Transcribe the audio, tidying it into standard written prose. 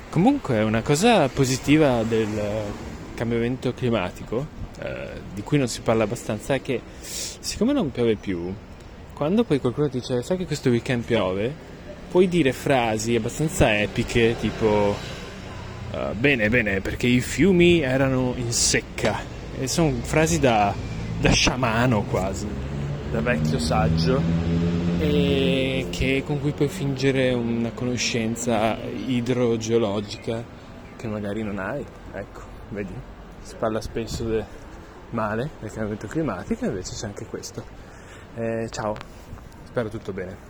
Comunque una cosa positiva del cambiamento climatico, di cui non si parla abbastanza, è che siccome non piove più, quando poi qualcuno ti dice sai che questo weekend piove, puoi dire frasi abbastanza epiche tipo bene bene perché i fiumi erano in secca, e sono frasi da sciamano quasi, da vecchio saggio, e con cui puoi fingere una conoscenza idrogeologica che magari non hai. Ecco, vedi, si parla spesso male del cambiamento climatico, invece c'è anche questo. Ciao, spero tutto bene.